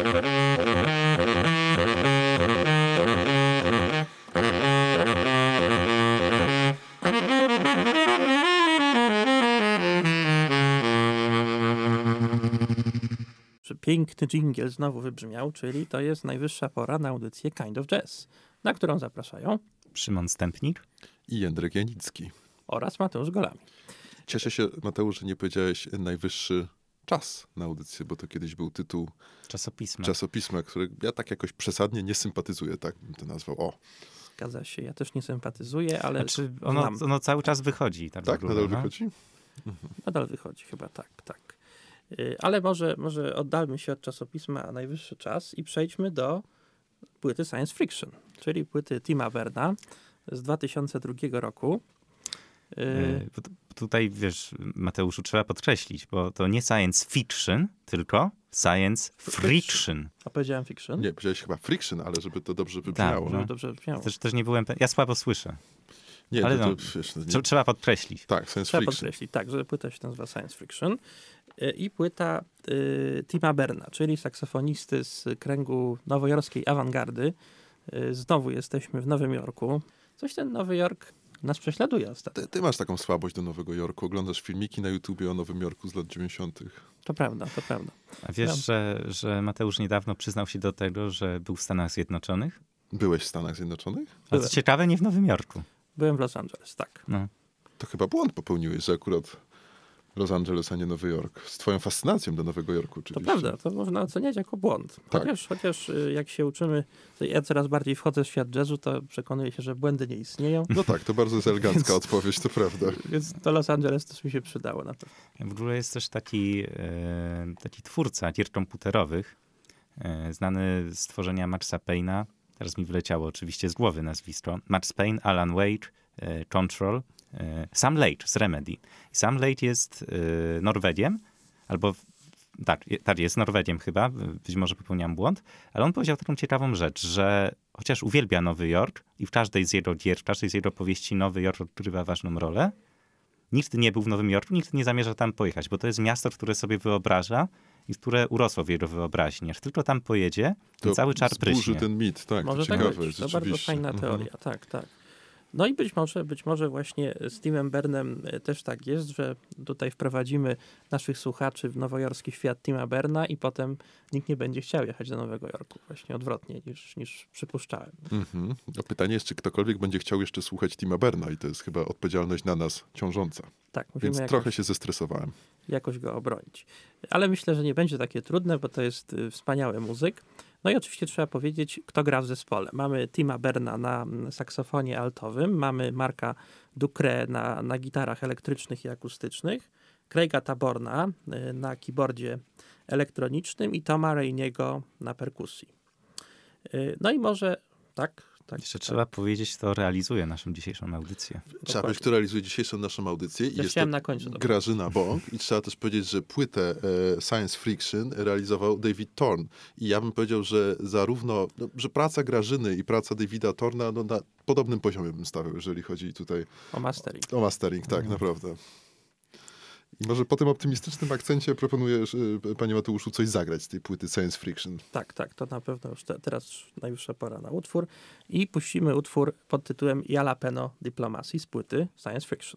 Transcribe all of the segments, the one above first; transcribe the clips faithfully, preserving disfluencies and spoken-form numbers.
Piękny dżingiel znowu wybrzmiał, czyli to jest najwyższa pora na audycję Kind of Jazz, na którą zapraszają Szymon Stępnik i Jędrek Janicki oraz Mateusz Golami. Cieszę się, Mateusz, że nie powiedziałeś najwyższy czas na audycję, bo to kiedyś był tytuł czasopisma, czasopisma który ja tak jakoś przesadnie nie sympatyzuję, tak bym to nazwał. O. Zgadza się, ja też nie sympatyzuję, ale znaczy, ono, ono cały czas wychodzi. Tak, tak ogóle, nadal no? wychodzi? Nadal wychodzi, chyba tak, tak. Ale może, może oddalmy się od czasopisma, a najwyższy czas i przejdźmy do płyty Science Friction, czyli płyty Tima Berna z dwa tysiące drugiego roku. Yy, tutaj, wiesz, Mateuszu, trzeba podkreślić, bo to nie science fiction, tylko science friction. A powiedziałem fiction? Nie, powiedziałeś chyba friction, ale żeby to dobrze wybrzmiało. Tak, żeby dobrze wybrzmiało. Też, też nie byłem, pe- ja słabo słyszę. Nie, ale to, no, to, wiesz, nie... tr- trzeba podkreślić. Tak, science Trzeba friction. podkreślić, tak, że płyta się nazywa Science Friction i płyta y, Tima Berna, czyli saksofonisty z kręgu nowojorskiej awangardy. Y, znowu jesteśmy w Nowym Jorku. Coś ten Nowy Jork nas prześladuje ostatnio. Ty, ty masz taką słabość do Nowego Jorku. Oglądasz filmiki na YouTubie o Nowym Jorku z lat dziewięćdziesiątych. To prawda, to prawda. A wiesz, Ja. że, że Mateusz niedawno przyznał się do tego, że był w Stanach Zjednoczonych? Byłeś w Stanach Zjednoczonych? A co Byłem. ciekawe, nie w Nowym Jorku. Byłem w Los Angeles, tak. No. To chyba błąd popełniłeś, że akurat Los Angeles, a nie Nowy Jork. Z twoją fascynacją do Nowego Jorku To oczywiście. prawda, to można oceniać jako błąd. Tak. Chociaż, chociaż y, jak się uczymy, to ja coraz bardziej wchodzę w świat jazzu, to przekonuję się, że błędy nie istnieją. No tak, to bardzo jest elegancka Więc- odpowiedź, to prawda. Więc do Los Angeles też mi się przydało na pewno. W ogóle jest też taki, e, taki twórca gier komputerowych, e, znany z tworzenia Maxa Payne'a. Teraz mi wyleciało oczywiście z głowy nazwisko. Max Payne, Alan Wake, e, Control, e, Sam Lake z Remedy. I Sam Lake jest e, Norwegiem, albo w- tak, je- tak, jest Norwegiem chyba, być może popełniam błąd, ale on powiedział taką ciekawą rzecz, że chociaż uwielbia Nowy Jork i w każdej z jego gier, w każdej z jego powieści Nowy Jork odgrywa ważną rolę, nikt nie był w Nowym Jorku, nikt nie zamierza tam pojechać, bo to jest miasto, które sobie wyobraża i które urosło w jego wyobraźni. Jak tylko tam pojedzie, to To cały czar zburzy pryśnie. ten mit, tak, Może to tak ciekawe, być. To bardzo rzeczywiście. fajna Mhm. teoria, tak, tak. No i być może, być może właśnie z Timem Bernem e, też tak jest, że tutaj wprowadzimy naszych słuchaczy w nowojorski świat Tima Berna i potem nikt nie będzie chciał jechać do Nowego Jorku. Właśnie odwrotnie niż, niż przypuszczałem. Mhm. No pytanie jest, czy ktokolwiek będzie chciał jeszcze słuchać Tima Berna i to jest chyba odpowiedzialność na nas ciążąca. Tak, musimy Więc jakoś, trochę się zestresowałem. jakoś go obronić. Ale myślę, że nie będzie takie trudne, bo to jest y, wspaniały muzyk. No i oczywiście trzeba powiedzieć, kto gra w zespole. Mamy Tima Berna na mm, saksofonie altowym, mamy Marka Ducre na, na gitarach elektrycznych i akustycznych, Craiga Taborna y, na keyboardzie elektronicznym i Toma Rainiego na perkusji. Y, No i może tak, tak. Jeszcze tak. trzeba powiedzieć, kto realizuje naszą dzisiejszą audycję. Trzeba powiedzieć, kto realizuje dzisiejszą naszą audycję. I Ja jest chciałem to na końcu. to Grażyna Bąk. I trzeba też powiedzieć, że płytę e, Science Friction realizował David Thorne. I ja bym powiedział, że zarówno, no, że praca Grażyny i praca Davida Thorna no, na podobnym poziomie bym stawiał, jeżeli chodzi tutaj O mastering. o mastering. Tak, naprawdę. I może po tym optymistycznym akcencie proponujesz, e, panie Mateuszu, coś zagrać z tej płyty Science Friction. Tak, tak, to na pewno już te, teraz najwyższa pora na utwór. I puścimy utwór pod tytułem Jalapeno Diplomacy z płyty Science Friction.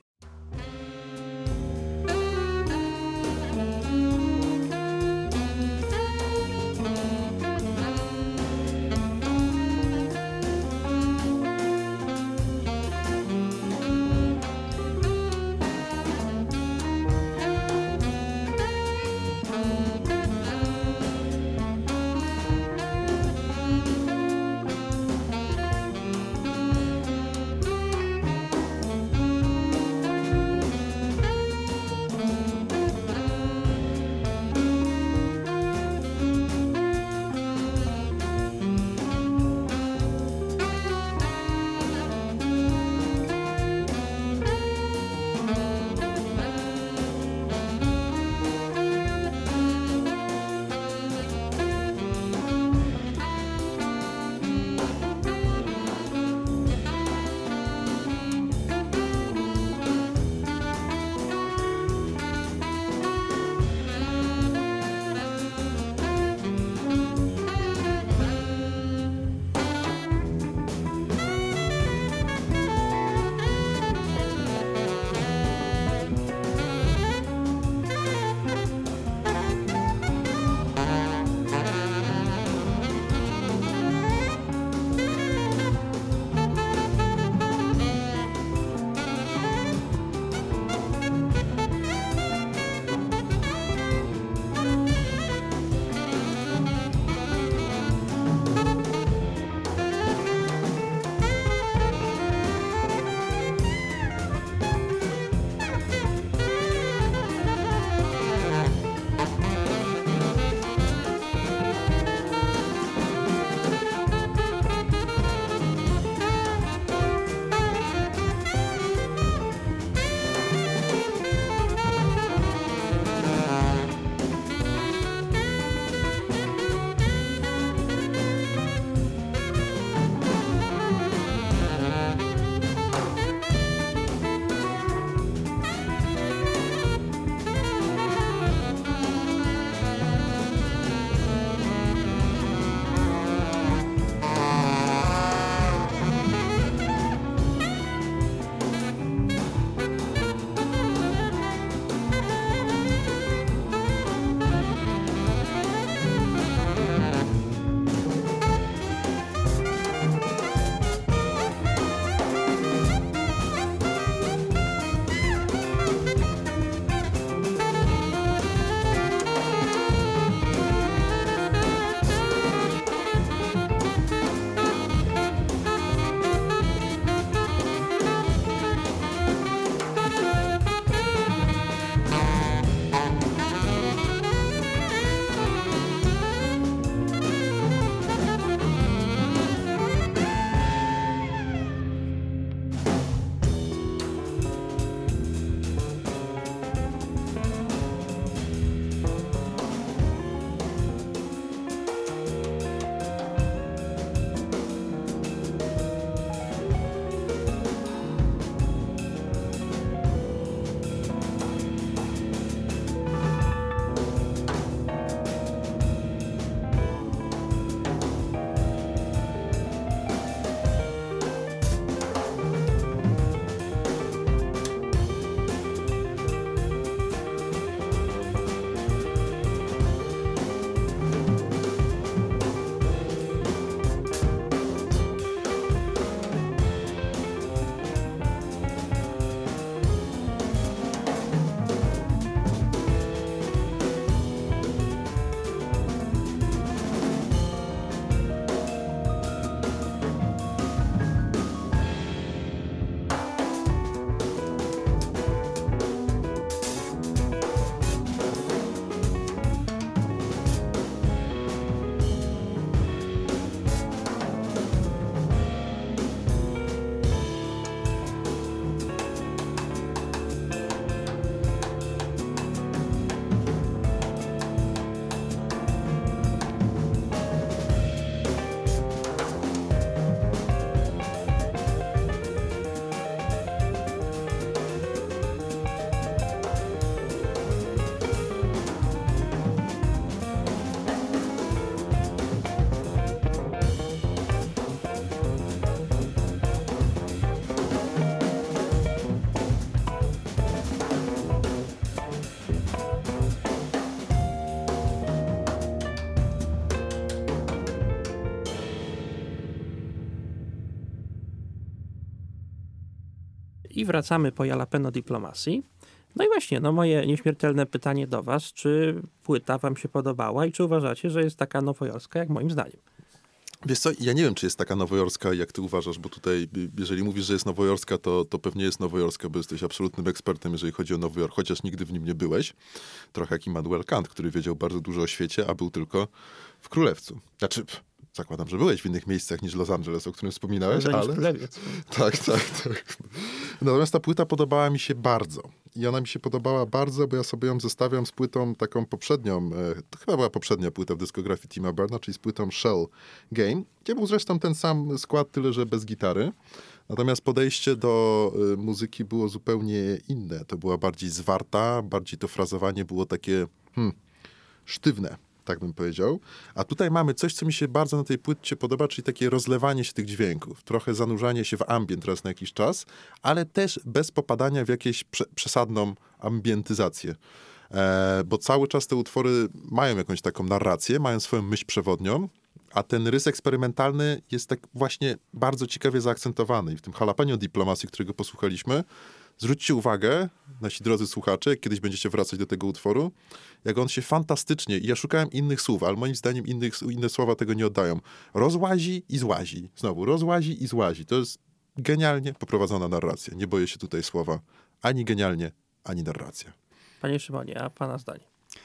I wracamy po Jalapeno Diplomacji. No i właśnie, no moje nieśmiertelne pytanie do was, czy płyta wam się podobała i czy uważacie, że jest taka nowojorska, jak moim zdaniem? Wiesz co, ja nie wiem, czy jest taka nowojorska, jak ty uważasz, bo tutaj, jeżeli mówisz, że jest nowojorska, to, to pewnie jest nowojorska, bo jesteś absolutnym ekspertem, jeżeli chodzi o Nowy Jork, chociaż nigdy w nim nie byłeś. Trochę jak Immanuel Kant, który wiedział bardzo dużo o świecie, a był tylko w Królewcu. Znaczy, zakładam, że byłeś w innych miejscach niż Los Angeles, o którym wspominałeś, Może ale... niż Królewiec. Tak, tak, tak. Natomiast ta płyta podobała mi się bardzo. I ona mi się podobała bardzo, bo ja sobie ją zestawiam z płytą taką poprzednią, e, to chyba była poprzednia płyta w dyskografii Tima Burna, czyli z płytą Shell Game, gdzie był zresztą ten sam skład, tyle że bez gitary. Natomiast podejście do y, muzyki było zupełnie inne. To była bardziej zwarta, bardziej to frazowanie było takie hmm, sztywne, tak bym powiedział. A tutaj mamy coś, co mi się bardzo na tej płycie podoba, czyli takie rozlewanie się tych dźwięków. Trochę zanurzanie się w ambient raz na jakiś czas, ale też bez popadania w jakąś prze, przesadną ambientyzację. E, bo cały czas te utwory mają jakąś taką narrację, mają swoją myśl przewodnią, a ten rys eksperymentalny jest tak właśnie bardzo ciekawie zaakcentowany. I w tym Jalapeno Diplomacji, którego posłuchaliśmy, zwróćcie uwagę, nasi drodzy słuchacze, jak kiedyś będziecie wracać do tego utworu, jak on się fantastycznie, i ja szukałem innych słów, ale moim zdaniem innych, inne słowa tego nie oddają, rozłazi i złazi. Znowu, rozłazi i złazi. To jest genialnie poprowadzona narracja. Nie boję się tutaj słowa ani genialnie, ani narracja. Panie Szymonie, a pana zdanie?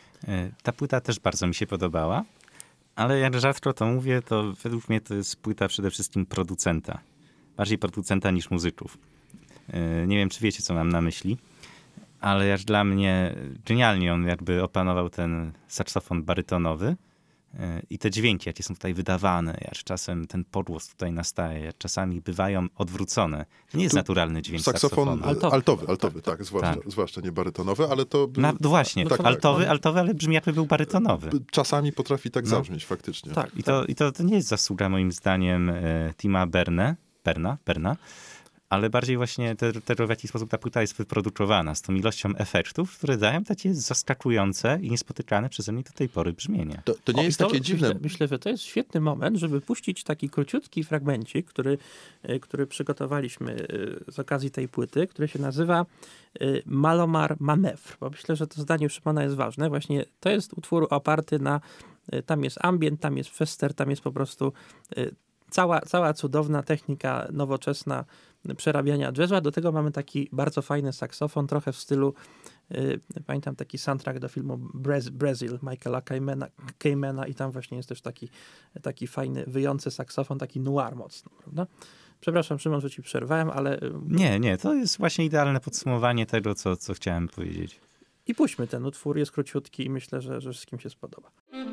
Ta płyta też bardzo mi się podobała, ale jak rzadko to mówię, to według mnie to jest płyta przede wszystkim producenta. Bardziej producenta niż muzyków. Nie wiem, czy wiecie, co mam na myśli, ale jak dla mnie genialnie on jakby opanował ten saksofon barytonowy i te dźwięki, jakie są tutaj wydawane, jak czasem ten podgłos tutaj nastaje, jak czasami bywają odwrócone. To nie jest Tu naturalny dźwięk saksofon saksofonu. Altowy. altowy, altowy, tak, tak, zwłaszcza, Tak. zwłaszcza nie barytonowy, ale to... No, no właśnie, tak, altowy, tak. altowy, ale brzmi jakby był barytonowy. Czasami potrafi tak No. zabrzmieć faktycznie. Tak, I to, i to, to nie jest zasługa moim zdaniem e, Tima Berne, Berna, Berna, ale bardziej właśnie te- tego, w jaki sposób ta płyta jest wyprodukowana, z tą ilością efektów, które dają takie zaskakujące i niespotykane przeze mnie do tej pory brzmienie. To, to nie O, jest i to takie dziwne. Myślę, myślę, że to jest świetny moment, żeby puścić taki króciutki fragmencik, który, y, który przygotowaliśmy y, z okazji tej płyty, który się nazywa y, Malomar Manewr. Bo myślę, że to zdanie Szymona jest ważne. Właśnie to jest utwór oparty na, y, tam jest ambient, tam jest fester, tam jest po prostu y, cała, cała cudowna technika nowoczesna przerabiania jazzu. Do tego mamy taki bardzo fajny saksofon, trochę w stylu, y, pamiętam taki soundtrack do filmu Braz- Brazil Michaela Kaymana, Kaymana i tam właśnie jest też taki, taki fajny, wyjący saksofon, taki noir mocno, prawda? Przepraszam, Szymon, że ci przerwałem, ale... y, Nie, nie, to jest właśnie idealne podsumowanie tego, co, co chciałem powiedzieć. I puśćmy ten utwór, jest króciutki i myślę, że, że wszystkim się spodoba.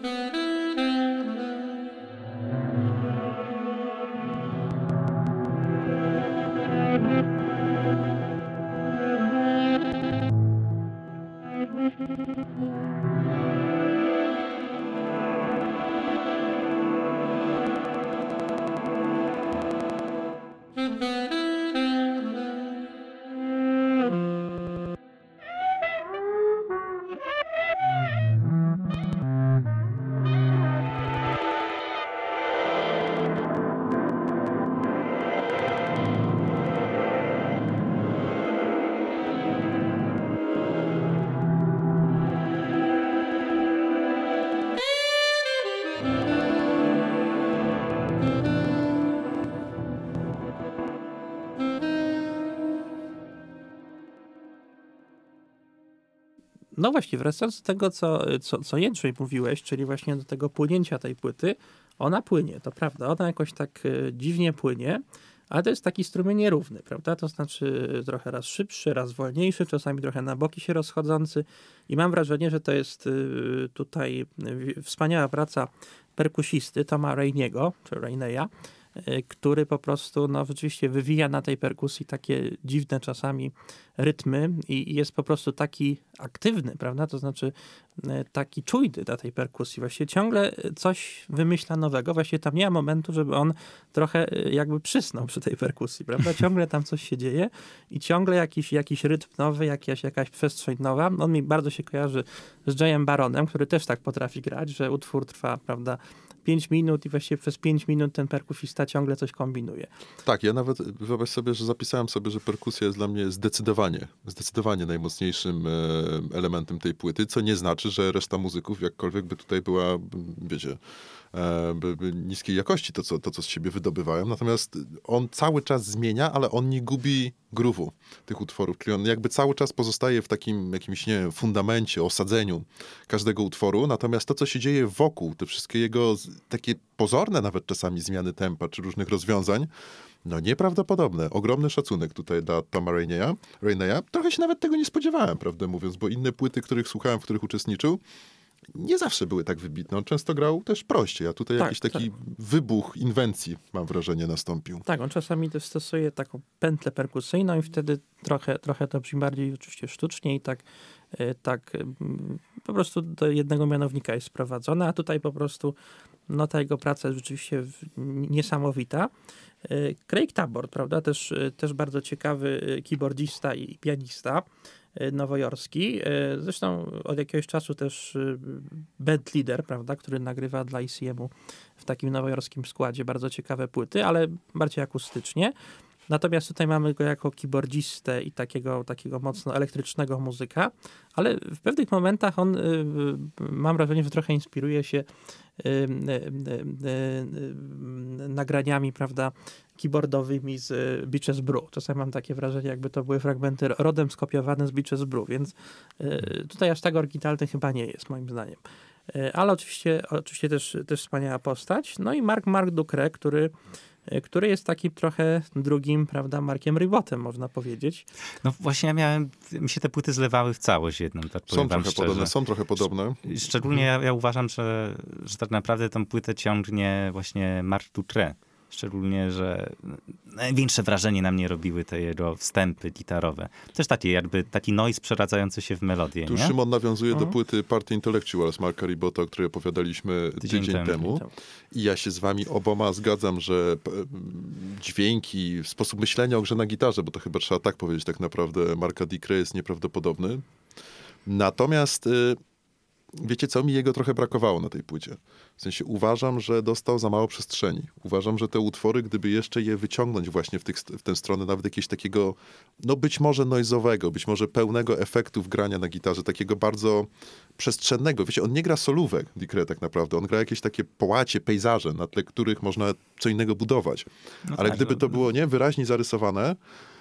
No właśnie, wracając do tego, co, co, co Jędrzej mówiłeś, czyli właśnie do tego płynięcia tej płyty, ona płynie, to prawda, ona jakoś tak y, dziwnie płynie, ale to jest taki strumień nierówny, prawda, to znaczy y, trochę raz szybszy, raz wolniejszy, czasami trochę na boki się rozchodzący i mam wrażenie, że to jest y, tutaj y, wspaniała praca perkusisty Toma Rainiego, czy Raineya, y, który po prostu, no rzeczywiście wywija na tej perkusji takie dziwne czasami rytmy i jest po prostu taki aktywny, prawda? To znaczy e, taki czujny na tej perkusji. Właściwie ciągle coś wymyśla nowego. Właściwie tam nie ma momentu, żeby on trochę e, jakby przysnął przy tej perkusji, prawda? Ciągle tam coś się dzieje i ciągle jakiś, jakiś rytm nowy, jakaś, jakaś przestrzeń nowa. On mi bardzo się kojarzy z Jayem Baronem, który też tak potrafi grać, że utwór trwa, prawda, pięć minut i właściwie przez pięć minut ten perkusista ciągle coś kombinuje. Tak, ja nawet wyobraź sobie, że zapisałem sobie, że perkusja jest dla mnie zdecydowanie, zdecydowanie najmocniejszym e, elementem tej płyty, co nie znaczy, że reszta muzyków jakkolwiek by tutaj była, wiecie, e, by, by niskiej jakości to co, to, co z siebie wydobywałem. Natomiast on cały czas zmienia, ale on nie gubi groove'u tych utworów, czyli on jakby cały czas pozostaje w takim jakimś, nie wiem, fundamencie, osadzeniu każdego utworu, natomiast to, co się dzieje wokół, te wszystkie jego z- takie pozorne nawet czasami zmiany tempa, czy różnych rozwiązań, no nieprawdopodobne. Ogromny szacunek tutaj dla Toma Raineya. Raineya. Trochę się nawet tego nie spodziewałem, prawdę mówiąc, bo inne płyty, których słuchałem, w których uczestniczył, nie zawsze były tak wybitne. On często grał też prościej, a tutaj Tak, jakiś taki wybuch inwencji, mam wrażenie, nastąpił. Tak, on czasami też stosuje taką pętlę perkusyjną i wtedy trochę, trochę to brzmi bardziej oczywiście sztucznie i tak, y, tak y, po prostu do jednego mianownika jest sprowadzone, a tutaj po prostu no ta jego praca jest rzeczywiście w- niesamowita. Y, Craig Tabbert, prawda, też, y, też bardzo ciekawy y, keyboardista i pianista y, nowojorski. Y, Zresztą od jakiegoś czasu też y, band leader, prawda, który nagrywa dla I C M-u w takim nowojorskim składzie bardzo ciekawe płyty, ale bardziej akustycznie. Natomiast tutaj mamy go jako keyboardzistę i takiego, takiego mocno elektrycznego muzyka, ale w pewnych momentach on, y, y, mam wrażenie, że trochę inspiruje się y, y, y, y, y, nagraniami, prawda, keyboardowymi z y, Beaches Brew. Czasami mam takie wrażenie, jakby to były fragmenty rodem skopiowane z Beaches Brew, więc y, tutaj aż tak oryginalny chyba nie jest, moim zdaniem. Y, Ale oczywiście, oczywiście też, też wspaniała postać. No i Mark Mark Ducre, który który jest takim trochę drugim, prawda, Markiem Ribotem, można powiedzieć. No właśnie ja miałem, mi się te płyty zlewały w całość jedną, tak powiem Są wam trochę szczerze. podobne, są trochę podobne. Szczególnie ja, ja uważam, że, że tak naprawdę tą płytę ciągnie właśnie Marc Dutroux. Szczególnie, że największe wrażenie na mnie robiły te jego wstępy gitarowe. Też takie jakby taki noise przeradzający się w melodię, Tu nie? Szymon nawiązuje Mhm. do płyty Party Intellectuals Marka Ribota, o której opowiadaliśmy tydzień, Tydzień temu. temu. I ja się z wami oboma zgadzam, że p- dźwięki, sposób myślenia o grze na gitarze, bo to chyba trzeba tak powiedzieć tak naprawdę, Marka Ducre jest nieprawdopodobny. Natomiast y, wiecie co, mi jego trochę brakowało na tej płycie. W sensie uważam, że dostał za mało przestrzeni. Uważam, że te utwory, gdyby jeszcze je wyciągnąć właśnie w, tych, w tę stronę nawet jakiegoś takiego, no być może noizowego, być może pełnego efektów grania na gitarze, takiego bardzo przestrzennego. Wiecie, on nie gra solówek, Ducre tak naprawdę. On gra jakieś takie połacie, pejzaże, na tle których można co innego budować. No Ale tak, gdyby że- to było nie wyraźnie zarysowane,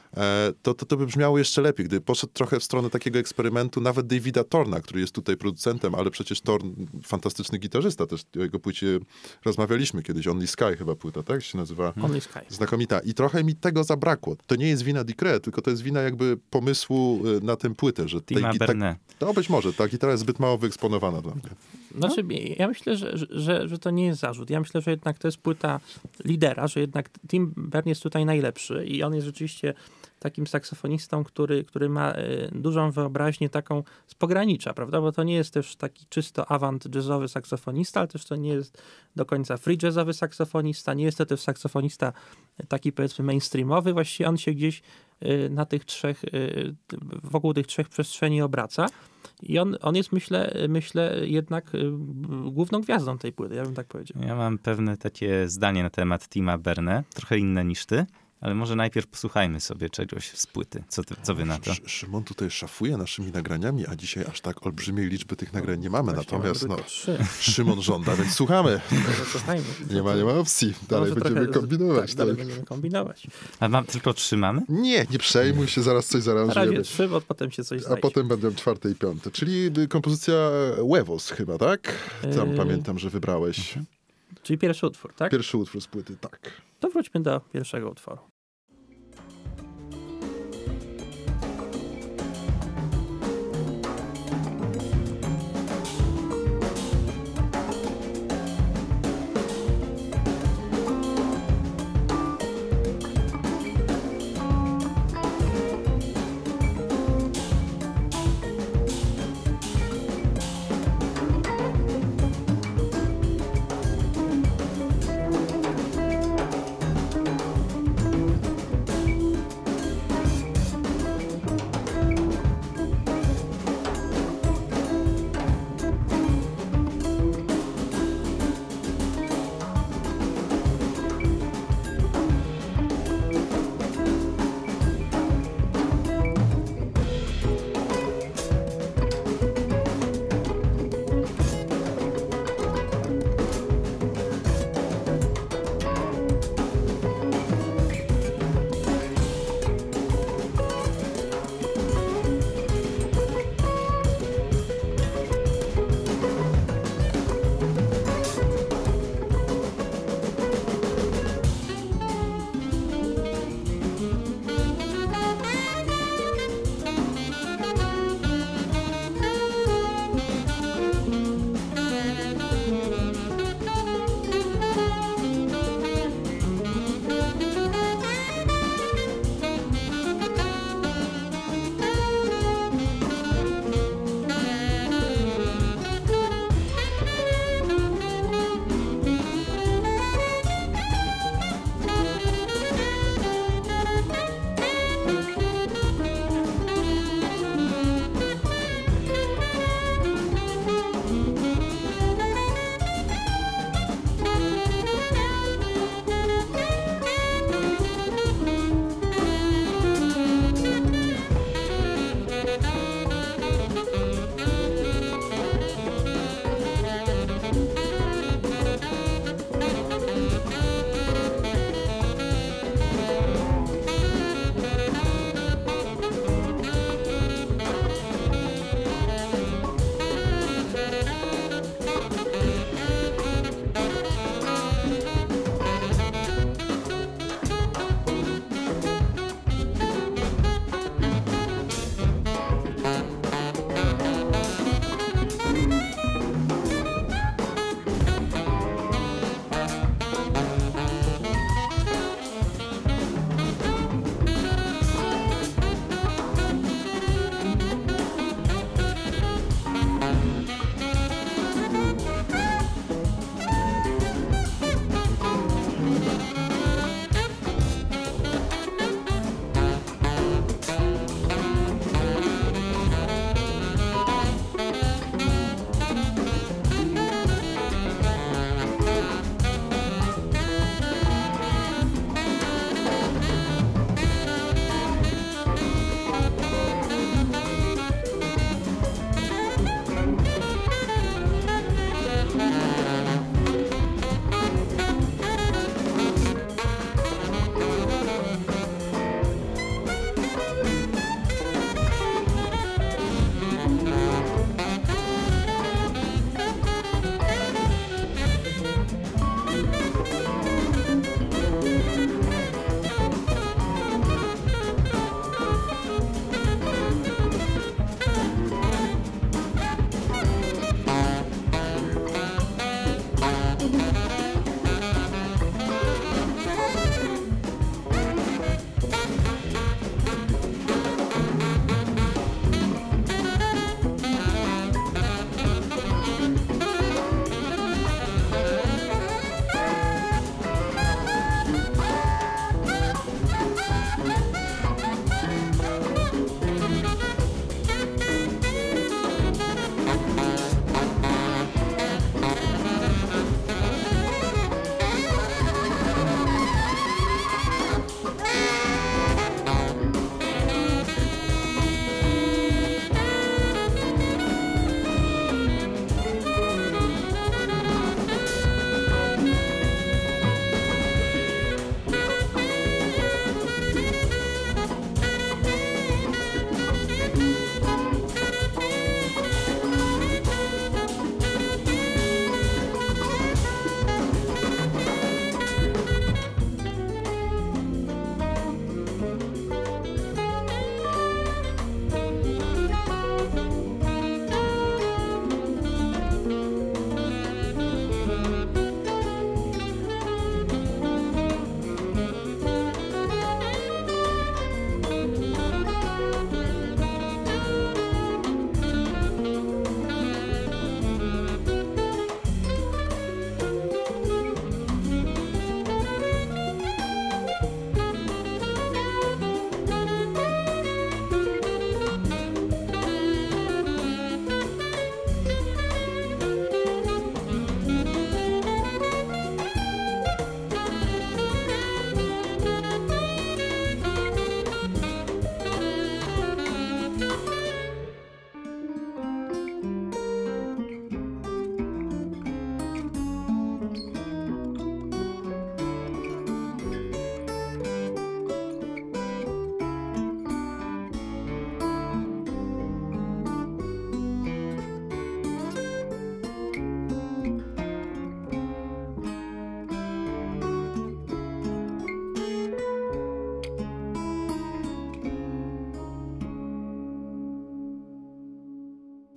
e, to, to, to by brzmiało jeszcze lepiej. Gdyby poszedł trochę w stronę takiego eksperymentu nawet Davida Torna, który jest tutaj producentem, ale przecież Torn, fantastyczny gitarzysta, też o jego płycie rozmawialiśmy kiedyś, Only Sky chyba płyta, tak się nazywa? Only Sky. Znakomita. I trochę mi tego zabrakło. To nie jest wina Ducre, tylko to jest wina jakby pomysłu y, na tę płytę, że Tima gi- Bernet. no być może, ta gitara jest zbyt mało wyeksponowana dla mnie. Znaczy, ja myślę, że, że, że to nie jest zarzut. Ja myślę, że jednak to jest płyta lidera, że jednak Tim Berne jest tutaj najlepszy i on jest rzeczywiście takim saksofonistą, który, który ma y, dużą wyobraźnię taką z pogranicza, prawda? Bo to nie jest też taki czysto avant jazzowy saksofonista, ale też to nie jest do końca free jazzowy saksofonista, nie jest to też saksofonista taki powiedzmy mainstreamowy. Właściwie on się gdzieś y, na tych trzech, y, wokół tych trzech przestrzeni obraca. I on, on jest, myślę, myślę jednak y, główną gwiazdą tej płyty, ja bym tak powiedział. Ja mam pewne takie zdanie na temat Tima Bernet, trochę inne niż ty, ale może najpierw posłuchajmy sobie czegoś z płyty. Co, ty, co wy na to? Sz- Szymon tutaj szafuje naszymi nagraniami, a dzisiaj aż tak olbrzymiej liczby tych nagrań nie mamy. Właśnie, Natomiast mamy no, tylko trzy. Szymon żąda, więc słuchamy. No, słuchajmy. Nie ma, nie ma opcji. Dalej Może będziemy trochę- kombinować. Tak, dalej tak. będziemy kombinować. A mam, tylko trzymamy? Nie, nie przejmuj się, zaraz coś Na razie zaaranżujemy. trzy, bo potem się coś A znajdzie. potem będą czwarte i piąte. Czyli y, kompozycja Huevos chyba, tak? Tam Yy. pamiętam, że wybrałeś. Czyli pierwszy utwór, tak? Pierwszy utwór z płyty, tak. To wróćmy do pierwszego utworu.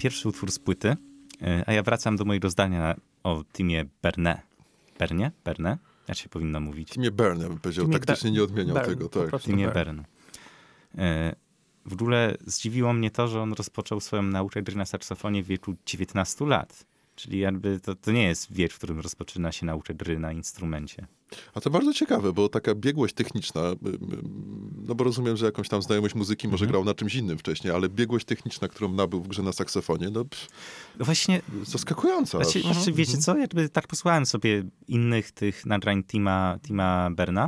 pierwszy utwór z płyty, a ja wracam do mojego zdania o Timie Berne. Bernie? Berne? Jak się powinno mówić? Timie Berne, bym powiedział. Timie Taktycznie Be- nie odmieniał Berne, tego. po Tak. prostu. Timie Berne. Berne. W ogóle zdziwiło mnie to, że on rozpoczął swoją naukę gry na saksofonie w wieku dziewiętnastu lat. Czyli jakby to, to nie jest wiek, w którym rozpoczyna się naukę gry na instrumencie. A to bardzo ciekawe, bo taka biegłość techniczna, no bo rozumiem, że jakąś tam znajomość muzyki może Mhm. grał na czymś innym wcześniej, ale biegłość techniczna, którą nabył w grze na saksofonie, no pff, Właśnie, zaskakująca. znaczy, aż. znaczy, wiecie co, jakby tak posłuchałem sobie innych tych nagrań Tima, Tima Berna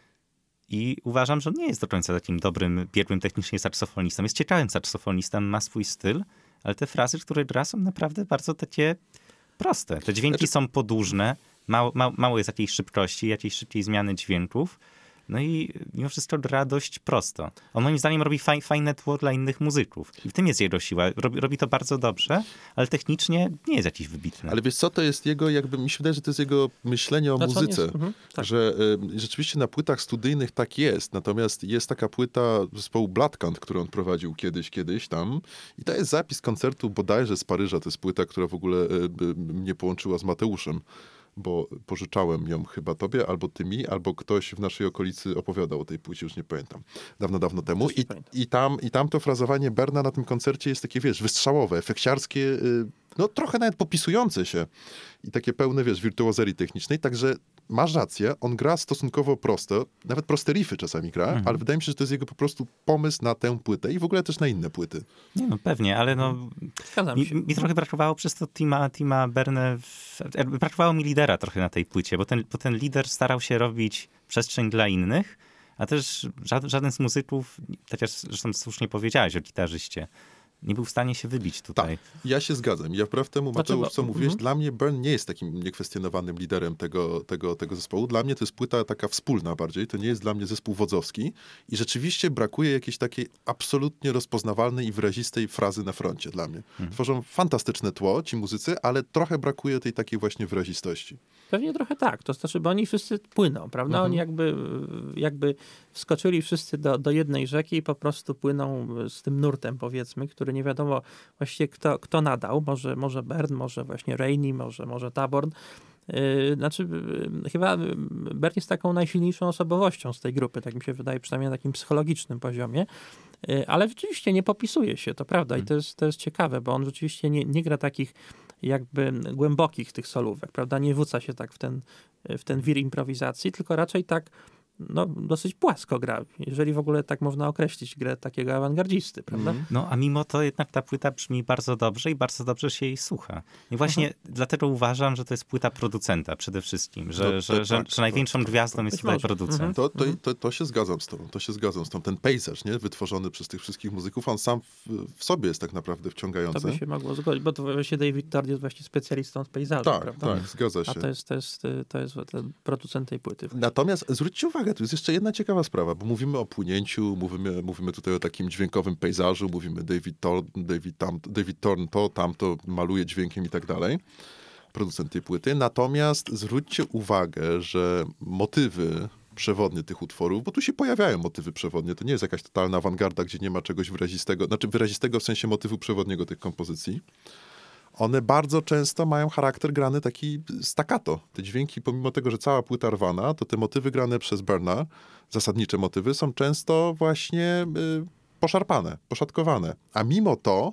i uważam, że on nie jest do końca takim dobrym, biegłym technicznie saksofonistą. Jest ciekawym saksofonistą, ma swój styl, ale te frazy, które gra, są naprawdę bardzo takie proste. Te dźwięki Znaczy- są podłużne, mało, mało, mało jest jakiejś szybkości, jakiejś szybkiej zmiany dźwięków. No i mimo wszystko gra dość prosto. On moim zdaniem robi faj, fajne tło dla innych muzyków. I w tym jest jego siła. Robi, robi to bardzo dobrze, ale technicznie nie jest jakiś wybitny. Ale wiesz co, to jest jego, jakby mi się wydaje, że to jest jego myślenie o No, co on muzyce. jest- mhm, tak. Że y, rzeczywiście na płytach studyjnych tak jest, natomiast jest taka płyta zespołu Blattkant, którą on prowadził kiedyś, kiedyś tam i to jest zapis koncertu bodajże z Paryża, to jest płyta, która w ogóle y, y, mnie połączyła z Mateuszem, bo pożyczałem ją chyba tobie, albo ty mi, albo ktoś w naszej okolicy opowiadał o tej płycie, już nie pamiętam, dawno, dawno temu. Też nie I, pamiętam. i, tam, I tam to frazowanie Berna na tym koncercie jest takie, wiesz, wystrzałowe, efekciarskie, y, no trochę nawet popisujące się i takie pełne, wiesz, wirtuozerii technicznej, także masz rację, on gra stosunkowo prosto, nawet proste riffy czasami gra, Mhm. ale wydaje mi się, że to jest jego po prostu pomysł na tę płytę i w ogóle też na inne płyty. Nie, no pewnie, ale no, Zgadzam mi, się. mi trochę brakowało przez to Tima, Tima Berne, w, jakby brakowało mi lidera trochę na tej płycie, bo ten, bo ten lider starał się robić przestrzeń dla innych, a też żaden, żaden z muzyków, tak jak zresztą słusznie powiedziałeś o gitarzyście, nie był w stanie się wybić tutaj. Ja się zgadzam. Ja wbrew temu, Znaczy, Mateusz, bo- co mówiłeś, mhm. dla mnie Bern nie jest takim niekwestionowanym liderem tego, tego, tego zespołu. Dla mnie to jest płyta taka wspólna bardziej. To nie jest dla mnie zespół wodzowski. I rzeczywiście brakuje jakiejś takiej absolutnie rozpoznawalnej i wyrazistej frazy na froncie dla mnie. Mhm. Tworzą fantastyczne tło ci muzycy, ale trochę brakuje tej takiej właśnie wyrazistości. Pewnie trochę tak, to znaczy, bo oni wszyscy płyną, prawda? Mhm. Oni jakby, jakby wskoczyli wszyscy do, do jednej rzeki i po prostu płyną z tym nurtem, powiedzmy, który nie wiadomo właściwie kto, kto nadał. Może, może Bern, może właśnie Rainey, może, może Taborn. Yy, znaczy, yy, chyba Bern jest taką najsilniejszą osobowością z tej grupy, tak mi się wydaje, przynajmniej na takim psychologicznym poziomie. Yy, ale rzeczywiście nie popisuje się, to prawda. I to jest, to jest ciekawe, bo on rzeczywiście nie, nie gra takich jakby głębokich tych solówek, prawda? Nie wrzuca się tak w ten, w ten wir improwizacji, tylko raczej tak no, dosyć płasko gra, jeżeli w ogóle tak można określić grę takiego awangardzisty, prawda? Mhm. No a mimo to jednak ta płyta brzmi bardzo dobrze i bardzo dobrze się jej słucha. I właśnie dlatego uważam, że to jest płyta producenta przede wszystkim, że, No, że, tak, że, tak, że największą tak, gwiazdą jest Być tutaj może. producent. Mhm. To, to, to, to się zgadzam z tobą, to się zgadzam z tobą. Ten pejzaż, nie? Wytworzony przez tych wszystkich muzyków, on sam w, w sobie jest tak naprawdę To wciągający. by się mogło zgodzić, bo to właśnie David Tord jest właśnie specjalistą z pejzażu, Tak, prawda? tak, zgadza się. A to jest, to jest, to jest ten producent tej płyty. Natomiast zwróćcie uwagę, tu jest jeszcze jedna ciekawa sprawa, bo mówimy o płynięciu, mówimy, mówimy tutaj o takim dźwiękowym pejzażu, mówimy David Thorn, David, tam, David Thorn to, tamto maluje dźwiękiem i tak dalej, producent tej płyty. Natomiast zwróćcie uwagę, że motywy przewodnie tych utworów, bo tu się pojawiają motywy przewodnie, to nie jest jakaś totalna awangarda, gdzie nie ma czegoś wyrazistego, znaczy wyrazistego w sensie motywu przewodniego tych kompozycji. One bardzo często mają charakter grany taki staccato. Te dźwięki, pomimo tego, że cała płyta rwana, to te motywy grane przez Berna, zasadnicze motywy, są często właśnie y, poszarpane, poszatkowane. A mimo to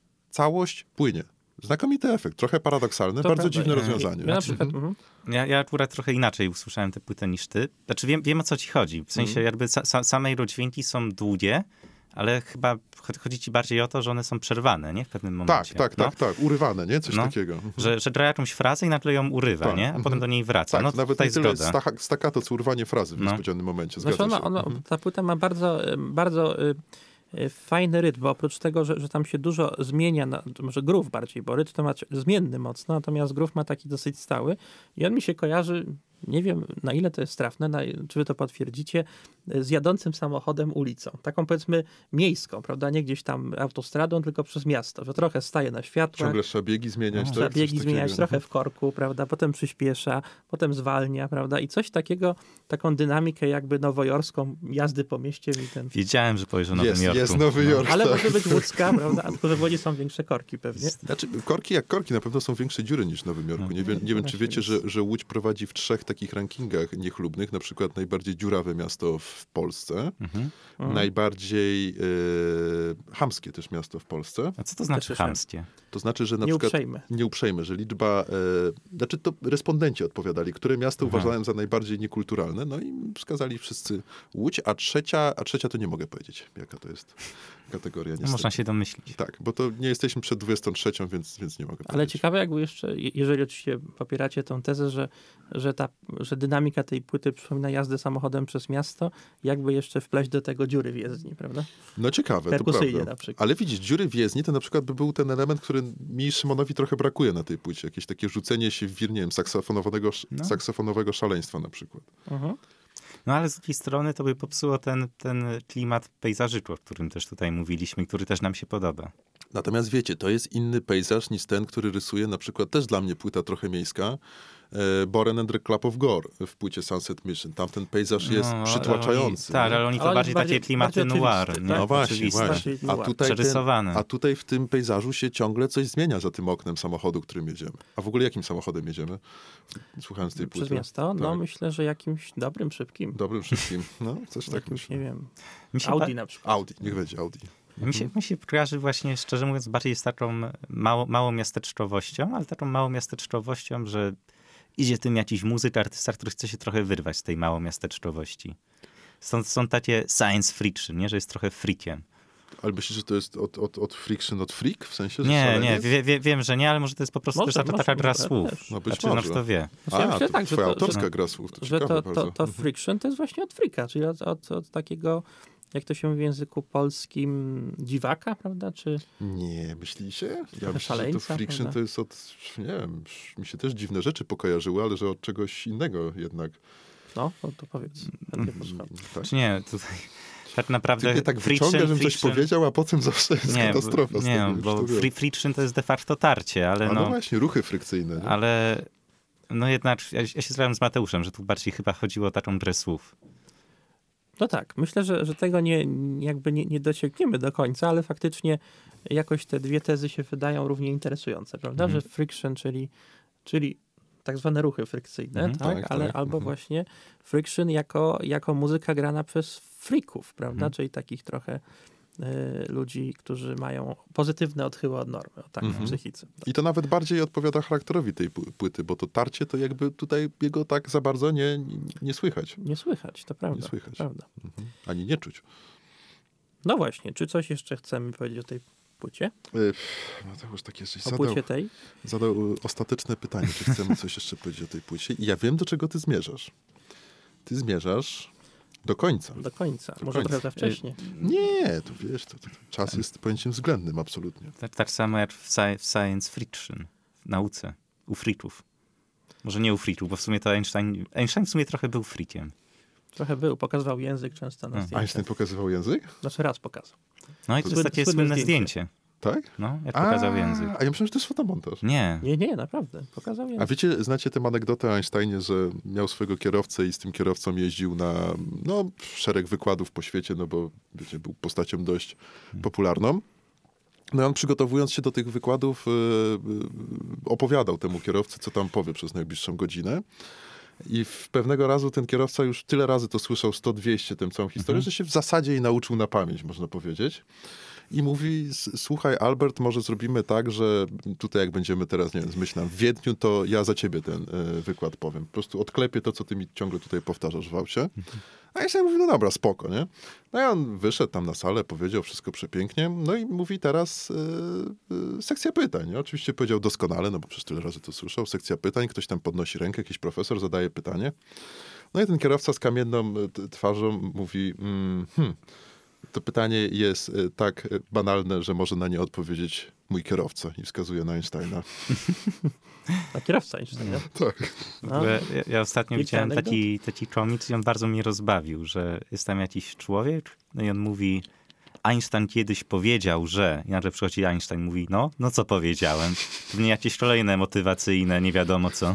całość płynie. Znakomity efekt, trochę paradoksalny, To bardzo prawda. dziwne Ja- rozwiązanie. Ja na przykład, mhm. Ja, ja akurat trochę inaczej usłyszałem tę płytę niż ty. Znaczy wiem, wiem o co ci chodzi. W sensie jakby sa, sa, same jego dźwięki są długie, ale chyba cho- chodzi ci bardziej o to, że one są przerwane, nie? W pewnym Tak, momencie. tak, no? tak, tak, urywane, nie? Coś No. takiego. Że, że gra jakąś frazę i nagle ją urywa, Tak. nie? A Mhm. potem do niej wraca. Tak, no nawet tutaj nie tyle zgoda. stacha- staccato, co urwanie frazy w No. niespodzianym momencie, Znaczy zgadza ona, się. ona, Mhm. ta płyta ma bardzo, em, bardzo y, y, fajny rytm, bo oprócz tego, że, że tam się dużo zmienia, na, to może groove bardziej, bo rytm to ma zmienny mocno, natomiast groove ma taki dosyć stały i on mi się kojarzy, nie wiem na ile to jest trafne, na, czy wy to potwierdzicie, z jadącym samochodem ulicą. Taką powiedzmy miejską, prawda? Nie gdzieś tam autostradą, tylko przez miasto, że trochę staje na światłach. Ciągle trzeba biegi zmieniać. Trzeba tak? biegi Coś zmieniać, takiego. trochę w korku, prawda? Potem przyspiesza, potem zwalnia, prawda? I coś takiego, taką dynamikę jakby nowojorską jazdy po mieście mi ten... Wiedziałem, że powiesz o Nowym Jest, Jorku. jest Nowy Jork. Ale tak. może być łódzka, prawda? A tylko, że w Łodzi są większe korki pewnie. Znaczy, korki jak korki, na pewno są większe dziury niż w Nowym Jorku. Nie wiem, nie wiem czy wiecie, że, że Łódź prowadzi w trzech takich rankingach niechlubnych, na przykład najbardziej dziurawe miasto w Polsce, Mhm. Mhm. najbardziej e, chamskie też miasto w Polsce. A co to znaczy słyszałem. chamskie? To znaczy, że na Nie przykład... uprzejmy. Nieuprzejme, że liczba... E, znaczy to respondenci odpowiadali, które miasto Aha. uważałem za najbardziej niekulturalne, no i wskazali wszyscy Łódź, a trzecia, a trzecia to nie mogę powiedzieć, jaka to jest kategoria. No, Niestety. można się domyślić. Tak, bo to nie jesteśmy przed dwudziestą trzecią, więc, więc nie mogę Ale powiedzieć. ciekawe jakby jeszcze, je- jeżeli oczywiście popieracie tę tezę, że, że, ta, że dynamika tej płyty przypomina jazdę samochodem przez miasto, jakby jeszcze wpleść do tego dziury w jezdni, prawda? No ciekawe, to Perkusyjnie prawda. na przykład. Ale widzisz, dziury w jezdni to na przykład by był ten element, który mi i Szymonowi trochę brakuje na tej płycie. Jakieś takie rzucenie się w wir, nie wiem, saksofonowego, No. saksofonowego szaleństwa na przykład. Mhm. No ale z drugiej strony to by popsuło ten, ten klimat pejzażyczu, o którym też tutaj mówiliśmy, który też nam się podoba. Natomiast wiecie, to jest inny pejzaż niż ten, który rysuje na przykład też dla mnie płyta trochę miejska, e, Boren and the Club of Gore w płycie Sunset Mission. Tam ten pejzaż jest No, ale przytłaczający. Oni, tak, nie? ale oni to Ale bardziej, bardziej- takie klimaty bardziej noir. oczywiste, Nie? tak? No właśnie, Oczywiste. właśnie. Bardziej A noir. tutaj, ten, Przerysowane. a tutaj w tym pejzażu się ciągle coś zmienia za tym oknem samochodu, którym jedziemy. A w ogóle jakim samochodem jedziemy? Słuchając tej płyty. Przez miasto? No Tak. myślę, że jakimś dobrym, szybkim. Dobrym, szybkim. No, coś tak Jakimś, myślę. nie wiem, Mi się Audi na przykład. Audi, niech będzie Audi. Mi się, mi się kojarzy właśnie, szczerze mówiąc, bardziej z taką mało, małą miasteczkowością, ale taką małą miasteczkowością, że idzie tym jakiś muzyk, artysta, który chce się trochę wyrwać z tej małą miasteczkowości. Są, są takie science friction, nie? Że jest trochę freakiem. Ale myślisz, że to jest od, od, od friction, od freak? W sensie, że Nie, szaleniec? nie, wie, wie, wiem, że nie, ale może to jest po prostu Może, też taka, może, taka gra może słów. też. No być Znaczy, no może. kto wie. Znaczy, ja A, myślę to tak, że twoja to- autorska że- gra słów. To Że ciekawe to, to, bardzo. to friction to jest właśnie od freaka, czyli od, od, od takiego, jak to się mówi w języku polskim, dziwaka, prawda? Czy Nie, myślicie? Ja myślę, że to szaleńca, friction prawda? to jest od, nie wiem, mi się też dziwne rzeczy pokojarzyły, ale że od czegoś innego jednak. no, no to powiedz. chętnie posłucham. Tak. Czy nie, tutaj tak naprawdę Ty mnie tak friction, wyciąga, żebym coś friction- powiedział, a potem zawsze jest Nie, katastrofa bo, z nie, tego, już bo to wiem. free, friction to jest de facto tarcie, ale A no no, właśnie, ruchy frykcyjne. Nie? ale no jednak ja, ja się zgadzam z Mateuszem, że tu bardziej chyba chodziło o taką grę słów. No tak, myślę, że, że tego nie, jakby nie, nie dociągniemy do końca, ale faktycznie jakoś te dwie tezy się wydają równie interesujące, prawda? Mhm. Że friction, czyli, czyli tak zwane ruchy frykcyjne, Mhm. tak? Tak, ale tak. albo Mhm. właśnie friction jako, jako muzyka grana przez freaków, prawda? Mhm. Czyli takich trochę y, ludzi, którzy mają pozytywne odchyły od normy, o tak, Mhm. w psychice. I to nawet bardziej odpowiada charakterowi tej pły- płyty, bo to tarcie to jakby tutaj jego tak za bardzo nie, nie, nie słychać. Nie słychać, to prawda. Nie słychać. To prawda. Mhm. Ani nie czuć. No właśnie, czy coś jeszcze chcemy powiedzieć o tej płycie? Yy, Mateusz tak jeszcze O zadał, płycie tej? zadał y, ostateczne pytanie, czy chcemy coś jeszcze powiedzieć o tej płycie. I ja wiem, do czego ty zmierzasz. Ty zmierzasz do końca. Do końca. Do Może końca. trochę za wcześnie. Nie, to wiesz, to, to, to czas jest pojęciem względnym, absolutnie. Tak, tak samo jak w, sci- w science friction, w nauce, u freaków. Może nie u freaków, bo w sumie to Einstein, Einstein w sumie trochę był freakiem. Trochę był, pokazywał język często na Hmm. zdjęciach. Einstein pokazywał język? Znaczy raz pokazał. No i to Słynne- jest takie słynne słynne zdjęcie. zdjęcie. Tak? No, jak pokazał język. A ja myślałem, że to jest fotomontaż. Nie. Nie, nie, naprawdę. Pokazał A język. wiecie, znacie tę anegdotę o Einsteinie, że miał swojego kierowcę i z tym kierowcą jeździł na no, szereg wykładów po świecie, no bo wiecie, był postacią dość popularną. No i on przygotowując się do tych wykładów yy, yy, opowiadał temu kierowcy, co tam powie przez najbliższą godzinę. I w pewnego razu ten kierowca już tyle razy to słyszał, sto dwieście, tę całą historię, Mhm. że się w zasadzie jej nauczył na pamięć, można powiedzieć. I mówi, s- słuchaj Albert, może zrobimy tak, że tutaj jak będziemy teraz, nie wiem, zmyślam, w Wiedniu, to ja za ciebie ten y, wykład powiem. Po prostu odklepię to, co ty mi ciągle tutaj powtarzasz w aucie. A ja sobie mówię, no dobra, spoko, nie? No i on wyszedł tam na salę, powiedział wszystko przepięknie, no i mówi teraz y, y, sekcja pytań, nie? Oczywiście powiedział doskonale, no bo przez tyle razy to słyszał, sekcja pytań, ktoś tam podnosi rękę, jakiś profesor zadaje pytanie. No i ten kierowca z kamienną y, t- twarzą mówi, mm, hmm, To pytanie jest e, tak e, banalne, że może na nie odpowiedzieć mój kierowca i wskazuje na Einsteina. A kierowca Einsteina. Tak. W ogóle ja, ja ostatnio Kilka widziałem anegdot? taki, taki komiks i on bardzo mnie rozbawił, że jest tam jakiś człowiek, no i on mówi, Einstein kiedyś powiedział, że... I nagle przychodzi Einstein, mówi, no, no co powiedziałem? Pewnie jakieś kolejne motywacyjne, nie wiadomo co.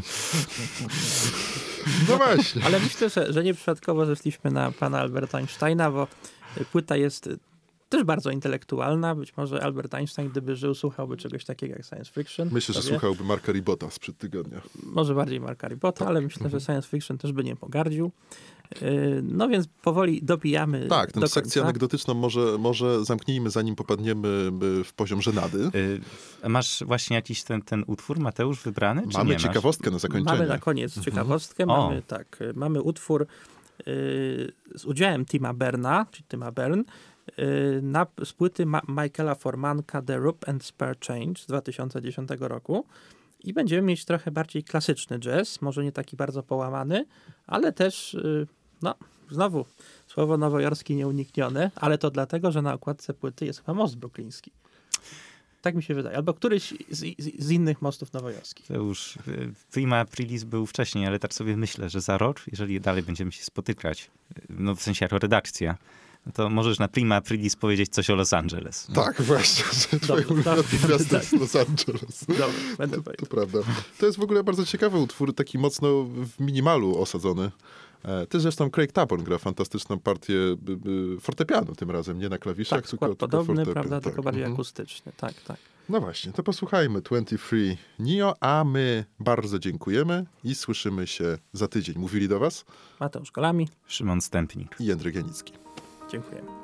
No właśnie. Ale myślę, że, że nieprzypadkowo zeszliśmy na pana Alberta Einsteina, bo płyta jest też bardzo intelektualna. Być może Albert Einstein, gdyby żył, słuchałby czegoś takiego jak science fiction. Myślę, że Kto wie? słuchałby Marka Ribota sprzed tygodnia. Może bardziej Marka Ribota, Tak. ale myślę, że science fiction też by nie pogardził. Yy, No więc powoli dobijamy Tak, tę do sekcję końca. anegdotyczną może, może zamknijmy, zanim popadniemy y, w poziom żenady. Y, a masz właśnie jakiś ten, ten utwór, Mateusz, wybrany? Czy Mamy nie ciekawostkę na zakończenie. Mamy na koniec ciekawostkę. O. Mamy, tak, y, mamy utwór yy, z udziałem Tima Berna, czyli Tima Bern, yy, na, z płyty Ma- Michaela Formanka The Rope and Spare Change z dwa tysiące dziesiątego roku. I będziemy mieć trochę bardziej klasyczny jazz, może nie taki bardzo połamany, ale też, yy, no, znowu, słowo nowojorski nieuniknione, ale to dlatego, że na okładce płyty jest chyba most brukliński. Tak mi się wydaje. Albo któryś z, z, z innych mostów nowojorskich. To już y, Prima Aprilis był wcześniej, ale tak sobie myślę, że za rok, jeżeli dalej będziemy się spotykać, y, no w sensie jako redakcja, no to możesz na Prima Aprilis powiedzieć coś o Los Angeles. Tak, właśnie, że twoje Dobrze, ulubione dobrze, miasto tak. jest Los Angeles. Dobra, będę To powiedział. prawda. To jest w ogóle bardzo ciekawy utwór, taki mocno w minimalu osadzony. E, Też zresztą Craig Taborn gra fantastyczną partię y, y, fortepianu tym razem, nie na klawiszach, Tak, tylko, skład tylko podobny, fortepian. prawda, Tak. tylko bardziej Mhm. akustyczny. Tak, tak. No właśnie, to posłuchajmy dwadzieścia trzy Nio, a my bardzo dziękujemy i słyszymy się za tydzień. Mówili do was Mateusz Golami. Szymon Stępnik. i Jędrek Janicki. Dziękujemy.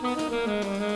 Cześć.